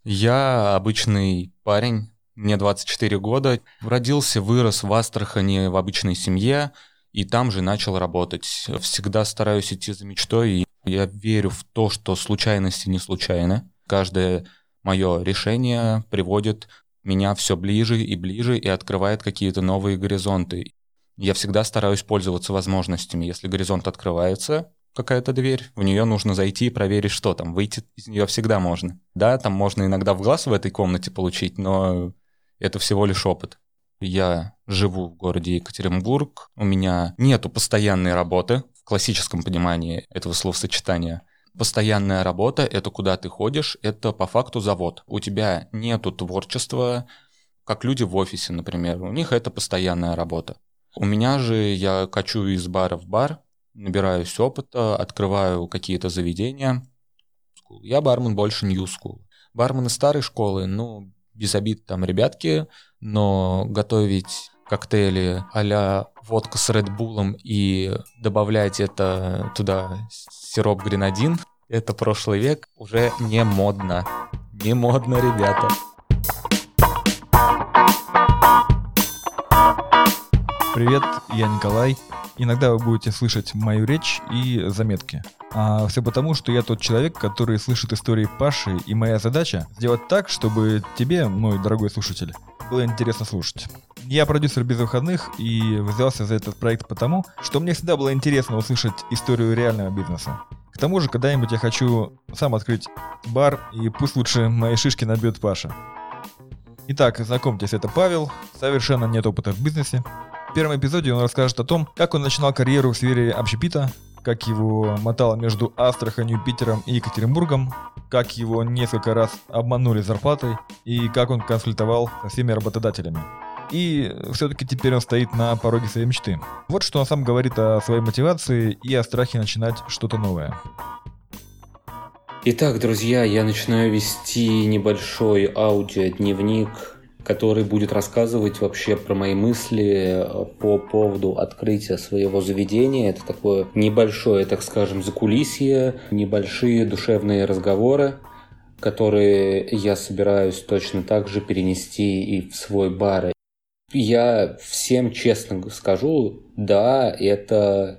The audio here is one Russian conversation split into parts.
Я обычный парень, мне 24 года. Родился, вырос в Астрахани в обычной семье, и там же начал работать. Всегда стараюсь идти за мечтой, и я верю в то, что случайности не случайны. Каждое мое решение приводит меня все ближе и открывает какие-то новые горизонты. Я всегда стараюсь пользоваться возможностями. Если горизонт открывается, какая-то дверь, в нее нужно зайти и проверить, что там. Выйти из нее всегда можно. Да, там можно иногда в глаз в этой комнате получить, но это всего лишь опыт. Я живу в городе Екатеринбург, у меня нету постоянной работы, в классическом понимании этого словосочетания. Постоянная работа — это куда ты ходишь, это по факту завод. У тебя нету творчества, как люди в офисе, например. У них это постоянная работа. У меня же я качу из бара в бар, набираюсь опыта, открываю какие-то заведения. Я бармен больше New School. Бармены старой школы, без обид там ребятки, но готовить коктейли а-ля водка с Red Bull'ом и добавлять это туда сироп гренадин, это прошлый век, уже не модно. Не модно, ребята. Привет, я Николай. Иногда вы будете слышать мою речь и заметки. А все потому, что я тот человек, который слышит истории Паши, и моя задача сделать так, чтобы тебе, мой дорогой слушатель, было интересно слушать. Я продюсер без выходных и взялся за этот проект потому, что мне всегда было интересно услышать историю реального бизнеса. К тому же, когда-нибудь я хочу сам открыть бар, и пусть лучше мои шишки набьет Паша. Итак, знакомьтесь, это Павел, совершенно нет опыта в бизнесе. В первом эпизоде он расскажет о том, как он начинал карьеру в сфере общепита, как его мотало между Астраханью, Питером и Екатеринбургом, как его несколько раз обманули зарплатой и как он консультовал со всеми работодателями. И все-таки теперь он стоит на пороге своей мечты. Вот что он сам говорит о своей мотивации и о страхе начинать что-то новое. Итак, друзья, я начинаю вести небольшой аудиодневник, который будет рассказывать вообще про мои мысли по поводу открытия своего заведения. Это такое небольшое, так скажем, закулисье, небольшие душевные разговоры, которые я собираюсь точно так же перенести и в свой бар. Я всем честно скажу, да, это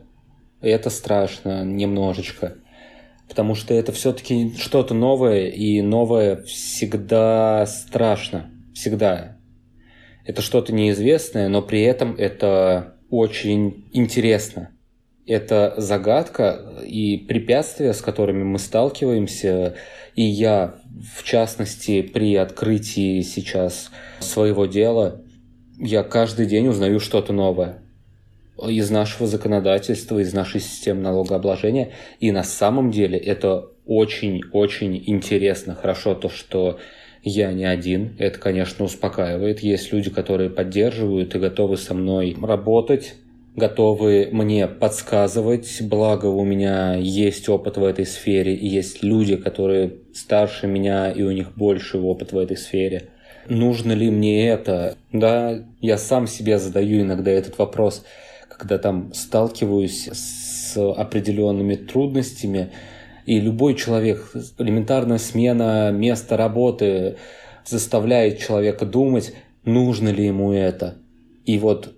страшно немножечко. Потому что это все-таки что-то новое, и новое всегда страшно. Всегда. Это что-то неизвестное, но при этом это очень интересно. Это загадка и препятствия, с которыми мы сталкиваемся. И я, в частности, при открытии сейчас своего дела, я каждый день узнаю что-то новое из нашего законодательства, из нашей системы налогообложения. И на самом деле это очень-очень интересно. Хорошо то, что я не один. Это, конечно, успокаивает. Есть люди, которые поддерживают и готовы со мной работать, готовы мне подсказывать. Благо, у меня есть опыт в этой сфере, и есть люди, которые старше меня, и у них больше опыт в этой сфере. Нужно ли мне это? Да, я сам себе задаю иногда этот вопрос, когда там сталкиваюсь с определенными трудностями. И любой человек, элементарная смена места работы заставляет человека думать, нужно ли ему это. И вот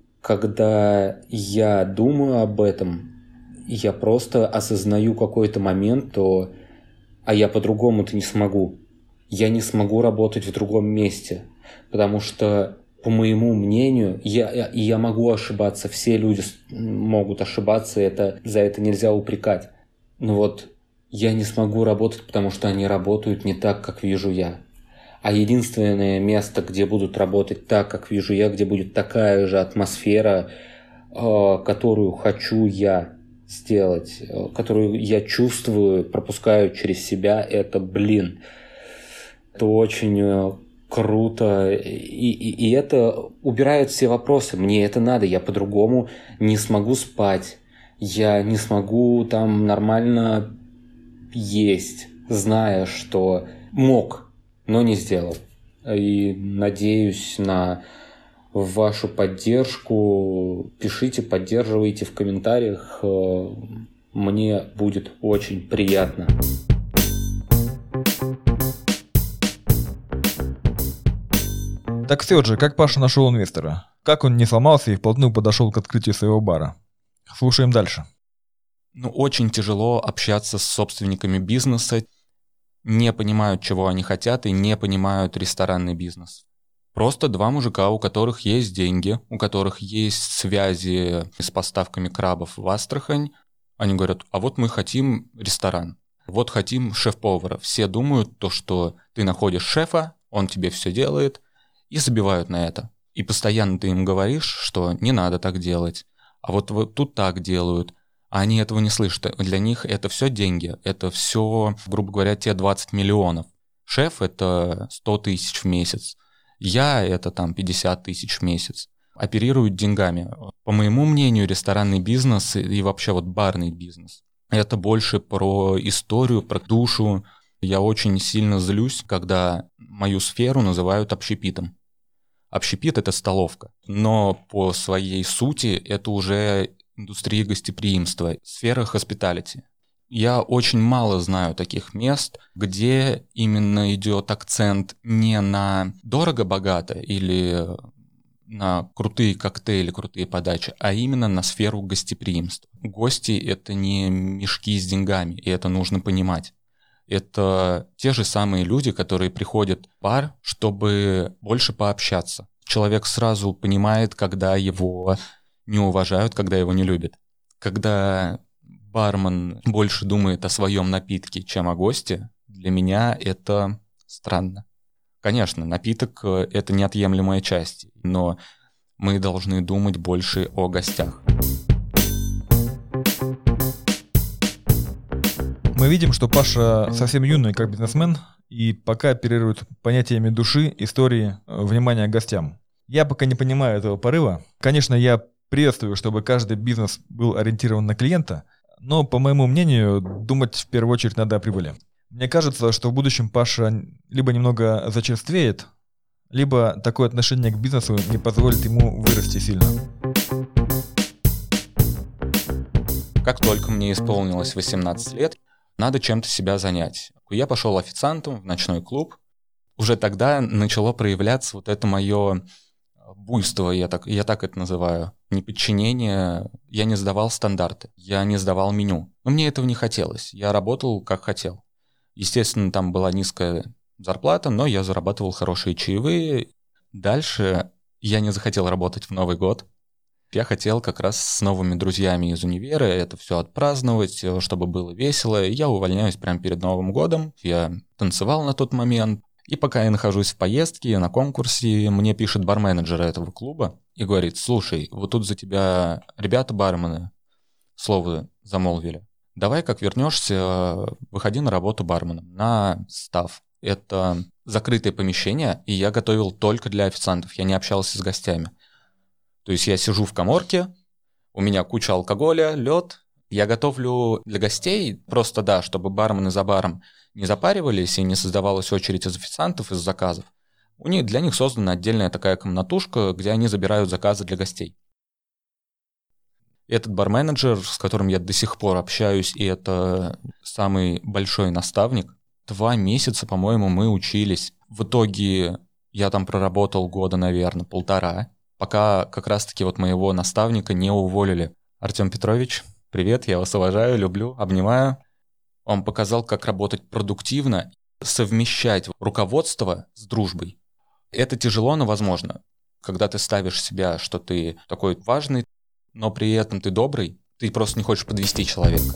когда я думаю об этом, я просто осознаю какой-то момент, а я по-другому-то не смогу. Я не смогу работать в другом месте, потому что, по моему мнению, я могу ошибаться, все люди могут ошибаться, за это нельзя упрекать. Но вот я не смогу работать, потому что они работают не так, как вижу я. А единственное место, где будут работать так, как вижу я, где будет такая же атмосфера, которую хочу я сделать, которую я чувствую, пропускаю через себя, это, это очень круто. И это убирает все вопросы. Мне это надо, я по-другому не смогу спать. Я не смогу там нормально есть, зная, что мог, но не сделал. И надеюсь на вашу поддержку. Пишите, поддерживайте в комментариях. Мне будет очень приятно. Так все же, как Паша нашел инвестора? Как он не сломался и вплотную подошел к открытию своего бара? Слушаем дальше. Очень тяжело общаться с собственниками бизнеса, не понимают, чего они хотят, и не понимают ресторанный бизнес. Просто два мужика, у которых есть деньги, у которых есть связи с поставками крабов в Астрахань. Они говорят, а вот мы хотим ресторан, вот хотим шеф-повара. Все думают, что ты находишь шефа, он тебе все делает, и забивают на это. И постоянно ты им говоришь, что не надо так делать, а вот тут так делают. А они этого не слышат. Для них это все деньги, это все, грубо говоря, те 20 миллионов. Шеф – это 100 тысяч в месяц, я – это 50 тысяч в месяц. Оперируют деньгами. По моему мнению, ресторанный бизнес и вообще барный бизнес – это больше про историю, про душу. Я очень сильно злюсь, когда мою сферу называют общепитом. Общепит – это столовка, но по своей сути это уже индустрия гостеприимства, сфера hospitality. Я очень мало знаю таких мест, где именно идет акцент не на дорого-богато или на крутые коктейли, крутые подачи, а именно на сферу гостеприимства. Гости – это не мешки с деньгами, и это нужно понимать. Это те же самые люди, которые приходят в бар, чтобы больше пообщаться. Человек сразу понимает, когда его не уважают, когда его не любят. Когда бармен больше думает о своем напитке, чем о госте, для меня это странно. Конечно, напиток – это неотъемлемая часть, но мы должны думать больше о гостях. Мы видим, что Паша совсем юный как бизнесмен и пока оперирует понятиями души, истории, внимания к гостям. Я пока не понимаю этого порыва. Конечно, я приветствую, чтобы каждый бизнес был ориентирован на клиента, но, по моему мнению, думать в первую очередь надо о прибыли. Мне кажется, что в будущем Паша либо немного зачерствеет, либо такое отношение к бизнесу не позволит ему вырасти сильно. Как только мне исполнилось 18 лет, надо чем-то себя занять. Я пошел официантом в ночной клуб. Уже тогда начало проявляться это мое буйство, я так это называю. Неподчинение. Я не сдавал стандарты, я не сдавал меню. Но мне этого не хотелось. Я работал как хотел. Естественно, там была низкая зарплата, но я зарабатывал хорошие чаевые. Дальше я не захотел работать в Новый год. Я хотел как раз с новыми друзьями из универа это все отпраздновать, чтобы было весело. И я увольняюсь прямо перед Новым годом. Я танцевал на тот момент. И пока я нахожусь в поездке, на конкурсе, мне пишет барменеджер этого клуба и говорит, слушай, вот тут за тебя ребята-бармены слово замолвили. Давай, как вернешься, выходи на работу барменом, на став. Это закрытое помещение, и я готовил только для официантов, я не общался с гостями. То есть я сижу в каморке, у меня куча алкоголя, лед. Я готовлю для гостей просто, чтобы бармены за баром не запаривались и не создавалась очередь из официантов, из заказов. Для них создана отдельная такая комнатушка, где они забирают заказы для гостей. Этот барменеджер, с которым я до сих пор общаюсь, и это самый большой наставник, 2 месяца, по-моему, мы учились. В итоге я там проработал года, наверное, 1,5, пока как раз-таки моего наставника не уволили. Артем Петрович, привет, я вас уважаю, люблю, обнимаю. Он показал, как работать продуктивно, совмещать руководство с дружбой. Это тяжело, но возможно. Когда ты ставишь себя, что ты такой важный, но при этом ты добрый, ты просто не хочешь подвести человека.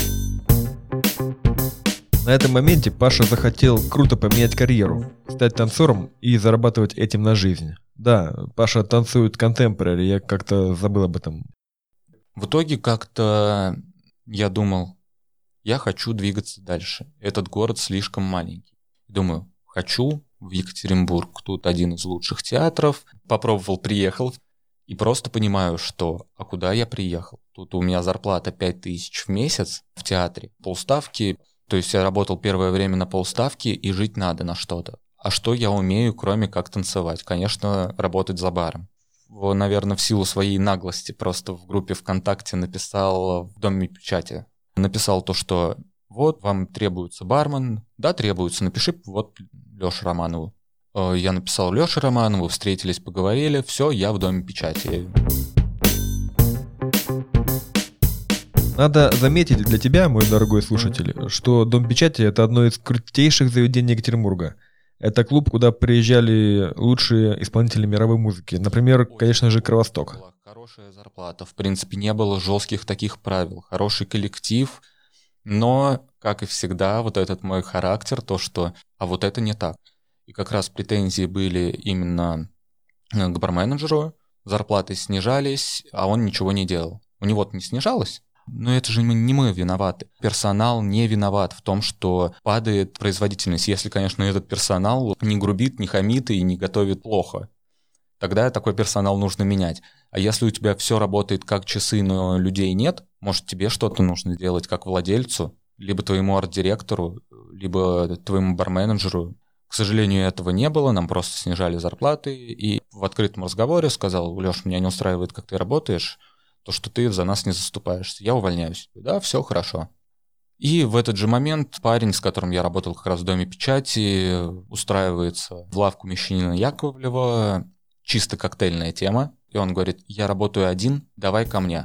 На этом моменте Паша захотел круто поменять карьеру, стать танцором и зарабатывать этим на жизнь. Да, Паша танцует контемпорари, я как-то забыл об этом. В итоге как-то я думал, я хочу двигаться дальше. Этот город слишком маленький. Думаю, хочу в Екатеринбург. Тут один из лучших театров. Попробовал, приехал. И просто понимаю, что, а куда я приехал? Тут у меня зарплата 5000 в месяц в театре. Полставки. То есть я работал первое время на полставки, и жить надо на что-то. А что я умею, кроме как танцевать? Конечно, работать за баром. Наверное, в силу своей наглости просто в группе ВКонтакте написал в Доме печати. Написал то, что вам требуется бармен. Да, требуется, напиши Лёше Романову. Я написал Лёше Романову, встретились, поговорили, все, я в Доме печати. Надо заметить для тебя, мой дорогой слушатель, что Дом печати — это одно из крутейших заведений Екатеринбурга. Это клуб, куда приезжали лучшие исполнители мировой музыки. Например, конечно же, Кровосток. Была хорошая зарплата, в принципе, не было жестких таких правил. Хороший коллектив, но, как и всегда, вот этот мой характер, то, что «а вот это не так». И как раз претензии были именно к барменеджеру, зарплаты снижались, а он ничего не делал. У него-то не снижалось, но это же не мы виноваты. Персонал не виноват в том, что падает производительность. Если, конечно, этот персонал не грубит, не хамит и не готовит плохо, тогда такой персонал нужно менять. А если у тебя все работает как часы, но людей нет, может, тебе что-то нужно делать как владельцу, либо твоему арт-директору, либо твоему барменеджеру. К сожалению, этого не было, нам просто снижали зарплаты, и в открытом разговоре сказал: Лёш, меня не устраивает, как ты работаешь, то, что ты за нас не заступаешься, я увольняюсь. Да, все хорошо. И в этот же момент парень, с которым я работал как раз в Доме печати, устраивается в лавку мещанина Яковлева, чисто коктейльная тема, и он говорит: я работаю один, давай ко мне.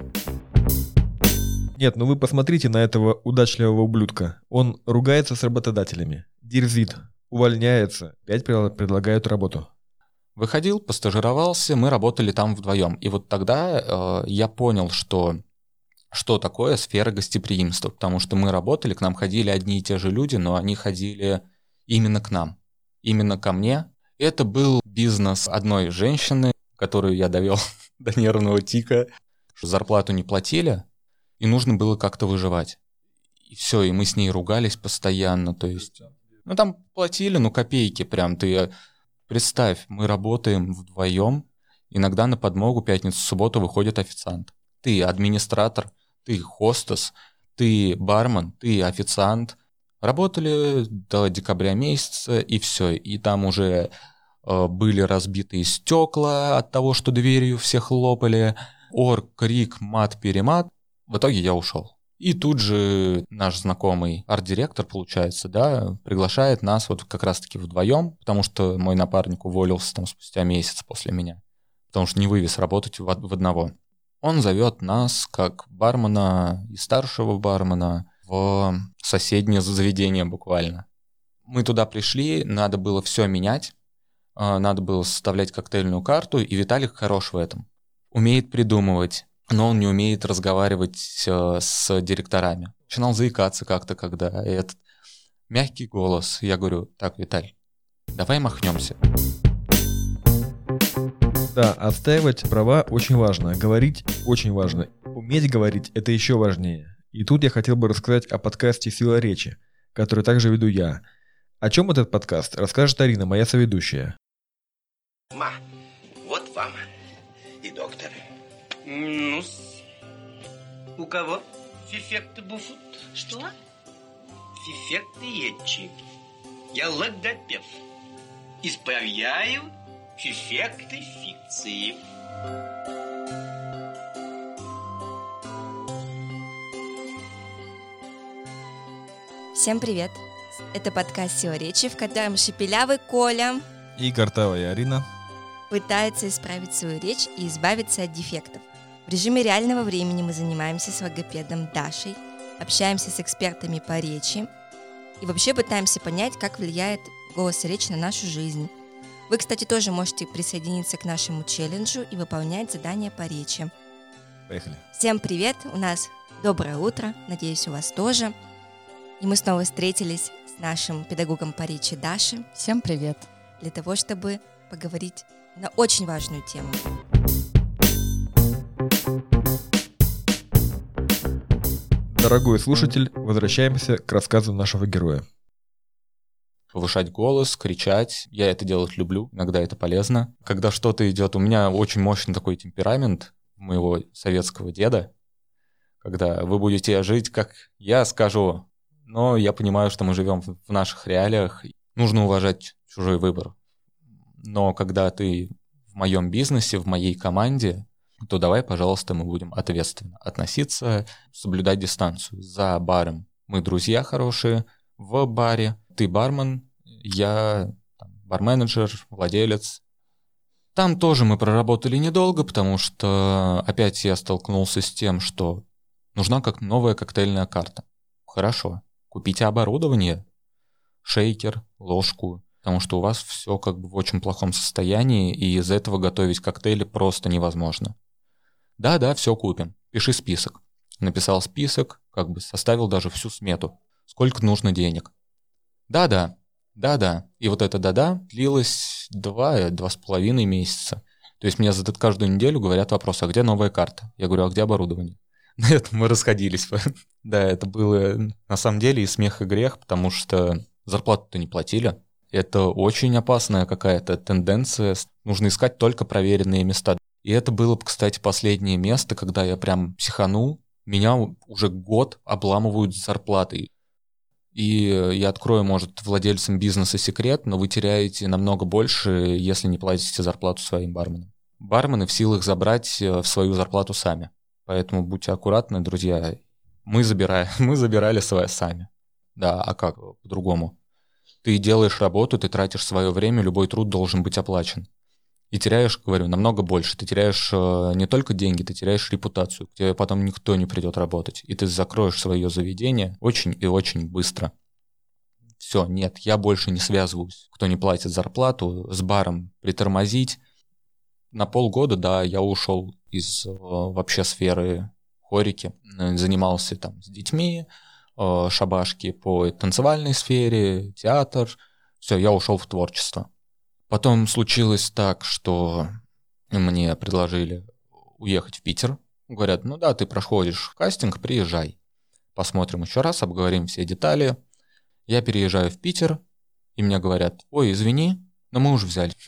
Нет, ну вы посмотрите на этого удачливого ублюдка. Он ругается с работодателями, дерзит, увольняется, опять предлагают работу. Выходил, постажировался, мы работали там вдвоем. И вот тогда я понял, что такое сфера гостеприимства, потому что мы работали, к нам ходили одни и те же люди, но они ходили именно к нам, именно ко мне. Это был бизнес одной женщины, которую я довел до нервного тика, что зарплату не платили, и нужно было как-то выживать. И все, и мы с ней ругались постоянно, то есть... Ну, там платили, копейки прям, ты... Представь, мы работаем вдвоем, иногда на подмогу пятницу-субботу выходит официант. Ты администратор, ты хостес, ты бармен, ты официант. Работали до декабря месяца, и все. И там уже были разбитые стекла от того, что дверью все хлопали. Ор, крик, мат-перемат. В итоге я ушел. И тут же наш знакомый арт-директор, получается, приглашает нас вот как раз-таки вдвоем, потому что мой напарник уволился там спустя месяц после меня, потому что не вывез работать в одного. Он зовет нас, как бармена и старшего бармена, в соседнее заведение буквально. Мы туда пришли, надо было все менять, надо было составлять коктейльную карту, и Виталик хорош в этом. Умеет придумывать, но он не умеет разговаривать с директорами. Начинал заикаться как-то, когда этот мягкий голос. Я говорю: так, Виталь, давай махнемся. Да, отстаивать права очень важно, говорить очень важно. Уметь говорить — это еще важнее. И тут я хотел бы рассказать о подкасте «Сила речи», который также веду я. О чем этот подкаст, расскажет Арина, моя соведущая. Ма, вот вам и доктор. Ну-с. У кого фифекты буфут? Что? Фифекты етчи. Я логопед. Исправляю фифекты фикции. Всем привет! Это подкаст «Сила речи», в котором шепелявый Коля И картавая Арина пытается исправить свою речь и избавиться от дефектов. В режиме реального времени мы занимаемся с логопедом Дашей, общаемся с экспертами по речи и вообще пытаемся понять, как влияет голос и речь на нашу жизнь. Вы, кстати, тоже можете присоединиться к нашему челленджу и выполнять задания по речи. Поехали. Всем привет! У нас доброе утро, надеюсь, у вас тоже. И мы снова встретились с нашим педагогом по речи Дашей. Всем привет! Для того, чтобы поговорить на очень важную тему. Дорогой слушатель, возвращаемся к рассказу нашего героя. Повышать голос, кричать. Я это делать люблю, иногда это полезно. Когда что-то идет, у меня очень мощный такой темперамент моего советского деда, когда вы будете жить, как я скажу. Но я понимаю, что мы живем в наших реалиях. Нужно уважать чужой выбор. Но когда ты в моем бизнесе, в моей команде, то давай, пожалуйста, мы будем ответственно относиться, соблюдать дистанцию. За баром мы друзья хорошие, в баре ты бармен, я барменеджер, владелец. Там тоже мы проработали недолго, потому что опять я столкнулся с тем, что нужна как новая коктейльная карта. Хорошо, купите оборудование, шейкер, ложку, потому что у вас все как бы в очень плохом состоянии, и из этого готовить коктейли просто невозможно. Да, все купим, пиши список. Написал список, как бы составил даже всю смету, сколько нужно денег. Да. И вот это да-да длилось 2,5 месяца. То есть мне каждую неделю говорят вопрос, а где новая карта? Я говорю, а где оборудование? На этом мы расходились. Да, это было на самом деле и смех, и грех, потому что зарплату-то не платили. Это очень опасная какая-то тенденция. Нужно искать только проверенные места. И это было, кстати, последнее место, когда я прям психанул. Меня уже год обламывают с зарплатой. И я открою, может, владельцам бизнеса секрет, но вы теряете намного больше, если не платите зарплату своим барменам. Бармены в силах забрать в свою зарплату сами. Поэтому будьте аккуратны, друзья. Мы забирали свои сами. Да, а как по-другому? Ты делаешь работу, ты тратишь свое время, любой труд должен быть оплачен. И теряешь, говорю, намного больше. Ты теряешь не только деньги, ты теряешь репутацию. К тебе потом никто не придет работать. И ты закроешь свое заведение очень и очень быстро. Все, нет, я больше не связываюсь. Кто не платит зарплату, с баром притормозить. На полгода, да, я ушел из вообще сферы хорики. Занимался там с детьми, шабашки по танцевальной сфере, театр. Все, я ушел в творчество. Потом случилось так, что мне предложили уехать в Питер. Говорят, ну да, ты проходишь кастинг, приезжай. Посмотрим еще раз, обговорим все детали. Я переезжаю в Питер, и мне говорят, ой, извини, но мы уже взяли.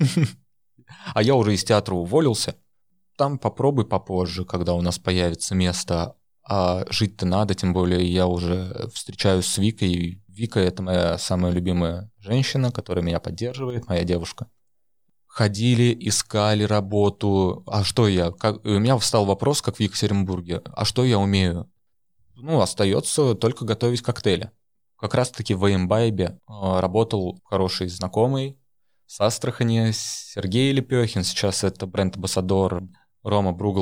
А я уже из театра уволился. Там попробуй попозже, когда у нас появится место. А жить-то надо, тем более я уже встречаюсь с Викой. Вика — это моя самая любимая женщина, которая меня поддерживает, моя девушка. Ходили, искали работу. А что я? У меня встал вопрос, как в Екатеринбурге. А что я умею? Ну, остается только готовить коктейли. Как раз-таки в Имбайбе работал хороший знакомый с Астрахани, Сергей Лепехин. Сейчас это бренд-амбассадор Рома Бругл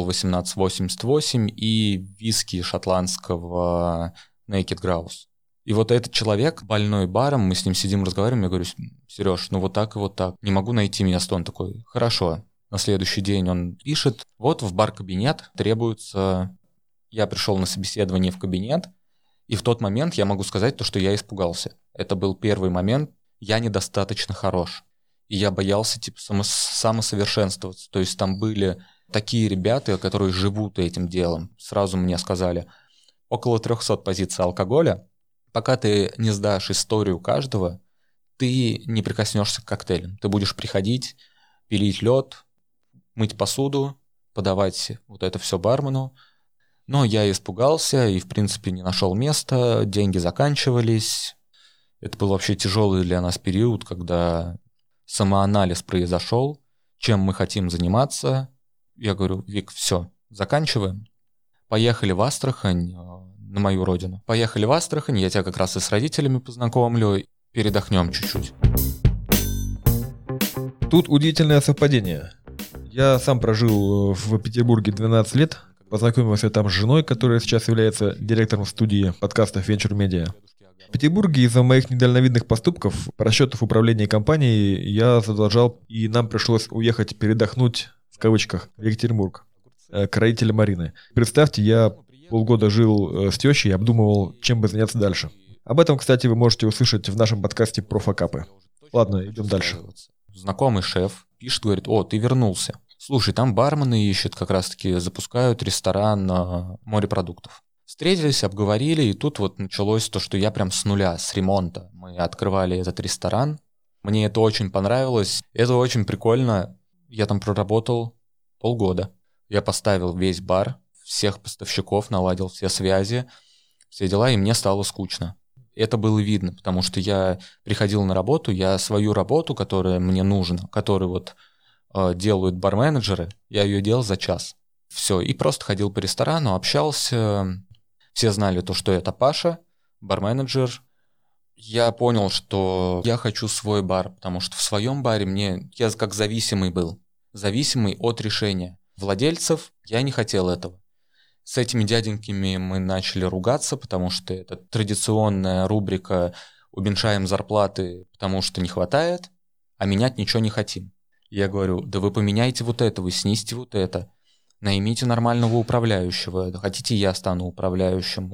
1888 и виски шотландского Naked Grouse. И вот этот человек, больной баром, мы с ним сидим, разговариваем, я говорю, Сереж, ну вот так и вот так, не могу найти место. Он такой, хорошо. На следующий день он пишет, вот в бар-кабинет требуется... Я пришел на собеседование в кабинет, и в тот момент я могу сказать то, что я испугался. Это был первый момент, я недостаточно хорош. И я боялся типа самосовершенствоваться. То есть там были такие ребята, которые живут этим делом. Сразу мне сказали, около 300 позиций алкоголя. Пока ты не сдашь историю каждого, ты не прикоснешься к коктейлям. Ты будешь приходить, пилить лед, мыть посуду, подавать вот это все бармену. Но я испугался и, в принципе, не нашел места, деньги заканчивались. Это был вообще тяжелый для нас период, когда самоанализ произошел, чем мы хотим заниматься. Я говорю, Вик, все, заканчиваем. Поехали в Астрахань, на мою родину. Поехали в Астрахань, я тебя как раз и с родителями познакомлю, передохнем чуть-чуть. Тут удивительное совпадение. Я сам прожил в Петербурге 12 лет, познакомился там с женой, которая сейчас является директором студии подкастов Venture Media. В Петербурге из-за моих недальновидных поступков, расчетов управления компанией, я задолжал, и нам пришлось уехать передохнуть, в кавычках, в Екатеринбург, к родителям Марины. Представьте, я полгода жил с тещей и обдумывал, чем бы заняться дальше. Об этом, кстати, вы можете услышать в нашем подкасте про факапы. Ладно, идем дальше. Знакомый шеф пишет, говорит, о, ты вернулся. Слушай, там бармены ищут, как раз-таки запускают ресторан морепродуктов. Встретились, обговорили, и тут вот началось то, что я прям с нуля, с ремонта. Мы открывали этот ресторан. Мне это очень понравилось. Это очень прикольно. Я там проработал полгода. Я поставил весь бар, всех поставщиков, наладил все связи, все дела, и мне стало скучно. Это было видно, потому что я приходил на работу, я свою работу, которая мне нужна, которую вот делают барменеджеры, я ее делал за час. Все, и просто ходил по ресторану, общался. Все знали то, что это Паша, барменеджер, Я понял, что я хочу свой бар, потому что в своем баре я как зависимый был. Зависимый от решения владельцев, я не хотел этого. С этими дяденьками мы начали ругаться, потому что это традиционная рубрика «Уменьшаем зарплаты, потому что не хватает, а менять ничего не хотим». Я говорю, да вы поменяйте вот это, вы снизьте вот это, наймите нормального управляющего, хотите я стану управляющим.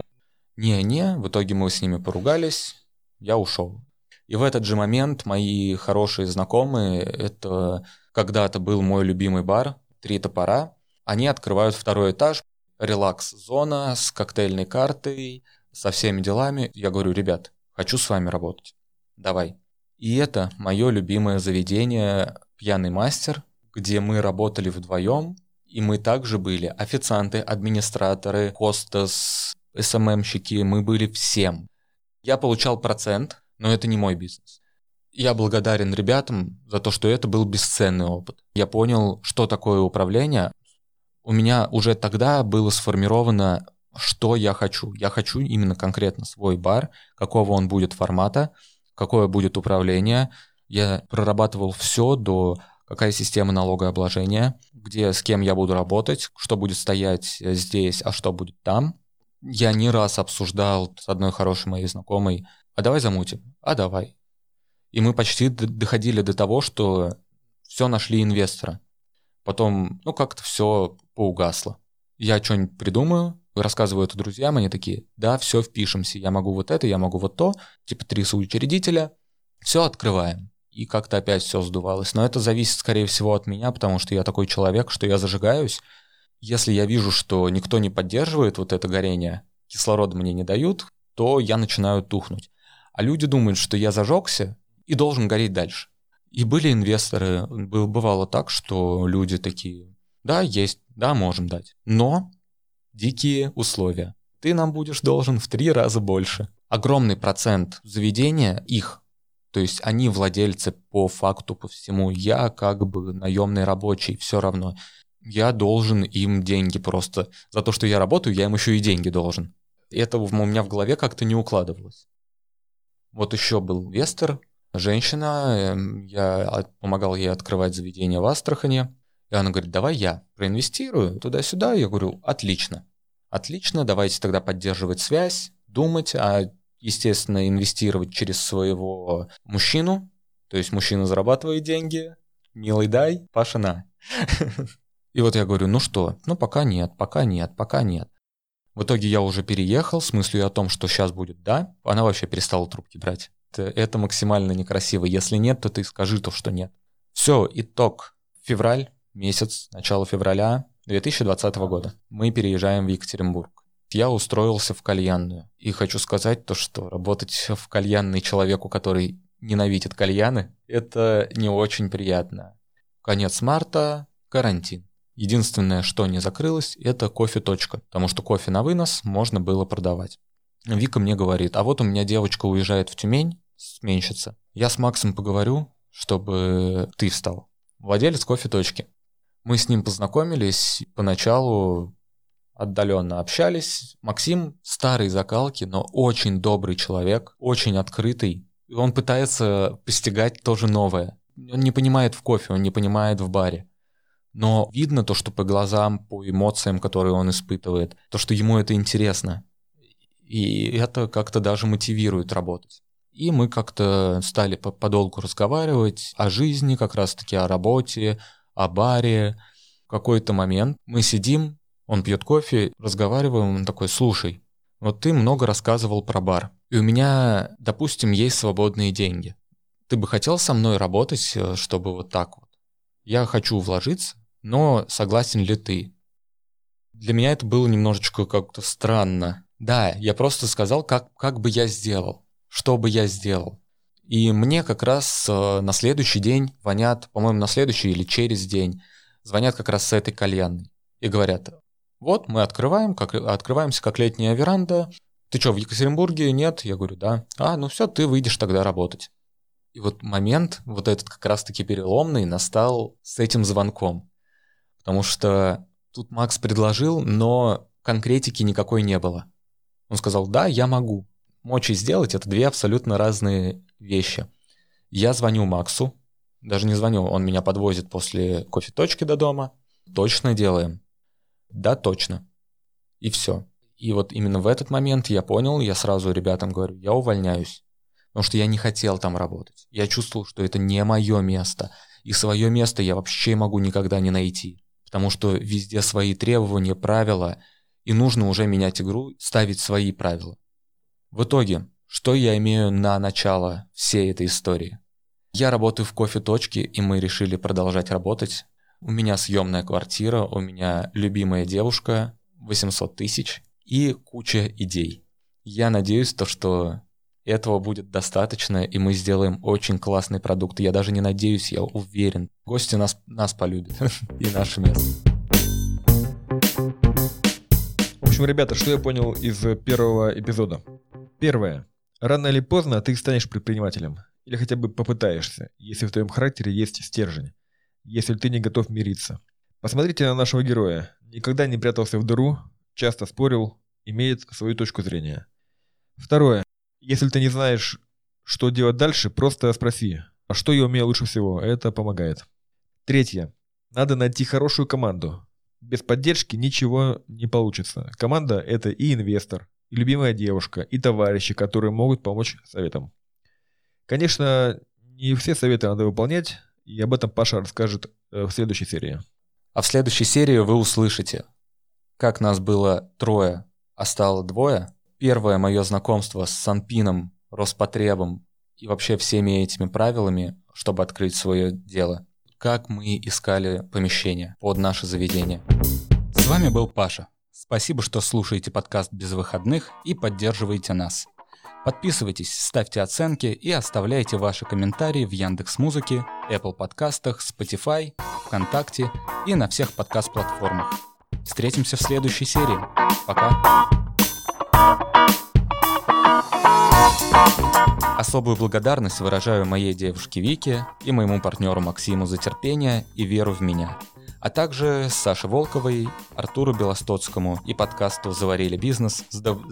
Не, в итоге мы с ними поругались, я ушел. И в этот же момент мои хорошие знакомые, это когда-то был мой любимый бар «Три топора», они открывают второй этаж, релакс-зона с коктейльной картой, со всеми делами. Я говорю, ребят, хочу с вами работать, давай. И это мое любимое заведение «Пьяный мастер», где мы работали вдвоем, и мы также были официанты, администраторы, хостес, СММщики, мы были всем. Я получал процент, но это не мой бизнес. Я благодарен ребятам за то, что это был бесценный опыт. Я понял, что такое управление. У меня уже тогда было сформировано, что я хочу. Я хочу именно конкретно свой бар, какого он будет формата, какое будет управление. Я прорабатывал все до какая система налогообложения, где с кем я буду работать, что будет стоять здесь, а что будет там. Я не раз обсуждал с одной хорошей моей знакомой, а давай замутим, а давай. И мы почти доходили до того, что все нашли инвестора. Потом, как-то все поугасло. Я что-нибудь придумаю, рассказываю это друзьям, они такие, да, все, впишемся, я могу вот это, я могу вот то, 3 соучредителя, все открываем. И как-то опять все сдувалось. Но это зависит, скорее всего, от меня, потому что я такой человек, что я зажигаюсь. Если я вижу, что никто не поддерживает вот это горение, кислорода мне не дают, то я начинаю тухнуть. А люди думают, что я зажегся и должен гореть дальше. И были инвесторы, бывало так, что люди такие, да, есть, да, можем дать, но дикие условия. Ты нам будешь должен в 3 раза больше. Огромный процент заведения их, то есть они владельцы по факту, по всему, я как бы наемный рабочий, все равно. Я должен им деньги просто. За то, что я работаю, я им еще и деньги должен. Это у меня в голове как-то не укладывалось. Вот еще был инвестор, женщина, я помогал ей открывать заведение в Астрахани, и она говорит, давай я проинвестирую туда-сюда. Я говорю, отлично, давайте тогда поддерживать связь, думать, естественно, инвестировать через своего мужчину, то есть мужчина зарабатывает деньги, милый дай, Паша на. И вот я говорю, пока нет. В итоге я уже переехал с мыслью о том, что сейчас будет «да». Она вообще перестала трубки брать. Это максимально некрасиво. Если нет, то ты скажи то, что нет. Все, итог. Февраль, месяц, начало февраля 2020 года. Мы переезжаем в Екатеринбург. Я устроился в кальянную. И хочу сказать то, что работать в кальянной человеку, который ненавидит кальяны, это не очень приятно. Конец марта, карантин. Единственное, что не закрылось, это кофе-точка, потому что кофе на вынос можно было продавать. Вика мне говорит, а вот у меня девочка уезжает в Тюмень, сменщица. Я с Максом поговорю, чтобы ты встал. Владелец кофе-точки. Мы с ним познакомились, поначалу отдаленно общались. Максим старой закалки, но очень добрый человек, очень открытый. Он пытается постигать тоже новое. Он не понимает в кофе, он не понимает в баре. Но видно то, что по глазам, по эмоциям, которые он испытывает, то, что ему это интересно. И это как-то даже мотивирует работать. И мы как-то стали подолгу разговаривать о жизни, как раз-таки о работе, о баре. В какой-то момент мы сидим, он пьет кофе, разговариваем, он такой, слушай, вот ты много рассказывал про бар, и у меня, допустим, есть свободные деньги. Ты бы хотел со мной работать, чтобы вот так вот? Я хочу вложиться, но согласен ли ты? Для меня это было немножечко как-то странно. Да, я просто сказал, как бы я сделал, что бы я сделал. И мне как раз на следующий день звонят, по-моему, на следующий или через день, звонят как раз с этой кальянной и говорят, вот мы открываемся как летняя веранда. Ты что, в Екатеринбурге? Нет? Я говорю, да. Все, ты выйдешь тогда работать. И вот момент, вот этот как раз-таки переломный, настал с этим звонком. Потому что тут Макс предложил, но конкретики никакой не было. Он сказал, да, я могу. помочь и сделать — это две абсолютно разные вещи. Я звоню Максу, даже не звоню, он меня подвозит после кофе-точки до дома. Точно делаем? Да, точно. И все. И вот именно в этот момент я понял, я сразу ребятам говорю, я увольняюсь. Потому что я не хотел там работать. Я чувствовал, что это не мое место. И свое место я вообще могу никогда не найти. Потому что везде свои требования, правила. И нужно уже менять игру, ставить свои правила. В итоге, что я имею на начало всей этой истории? Я работаю в кофе-точке, и мы решили продолжать работать. У меня съемная квартира, у меня любимая девушка, 800 тысяч и куча идей. Я надеюсь, что этого будет достаточно, и мы сделаем очень классный продукт. Я даже не надеюсь, я уверен. Гости нас полюбят и наше место. В общем, ребята, что я понял из первого эпизода? Первое. Рано или поздно ты станешь предпринимателем. Или хотя бы попытаешься, если в твоем характере есть стержень. Если ты не готов мириться. Посмотрите на нашего героя. Никогда не прятался в дыру, часто спорил, имеет свою точку зрения. Второе. Если ты не знаешь, что делать дальше, просто спроси, а что я умею лучше всего, это помогает. Третье. Надо найти хорошую команду. Без поддержки ничего не получится. Команда – это и инвестор, и любимая девушка, и товарищи, которые могут помочь советом. Конечно, не все советы надо выполнять, и об этом Паша расскажет в следующей серии. А в следующей серии вы услышите, как нас было 3, а стало 2. Первое мое знакомство с Санпином, Роспотребом и вообще всеми этими правилами, чтобы открыть свое дело. Как мы искали помещение под наше заведение. С вами был Паша. Спасибо, что слушаете подкаст «Без выходных» и поддерживаете нас. Подписывайтесь, ставьте оценки и оставляйте ваши комментарии в Яндекс.Музыке, Apple подкастах, Spotify, ВКонтакте и на всех подкаст-платформах. Встретимся в следующей серии. Пока! Особую благодарность выражаю моей девушке Вике и моему партнеру Максиму за терпение и веру в меня, а также Саше Волковой, Артуру Белостоцкому и подкасту «Заварили бизнес»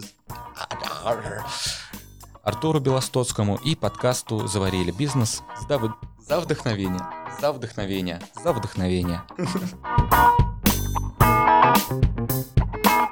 Артуру Белостоцкому и подкасту «Заварили бизнес» за вдохновение. За вдохновение. За вдохновение.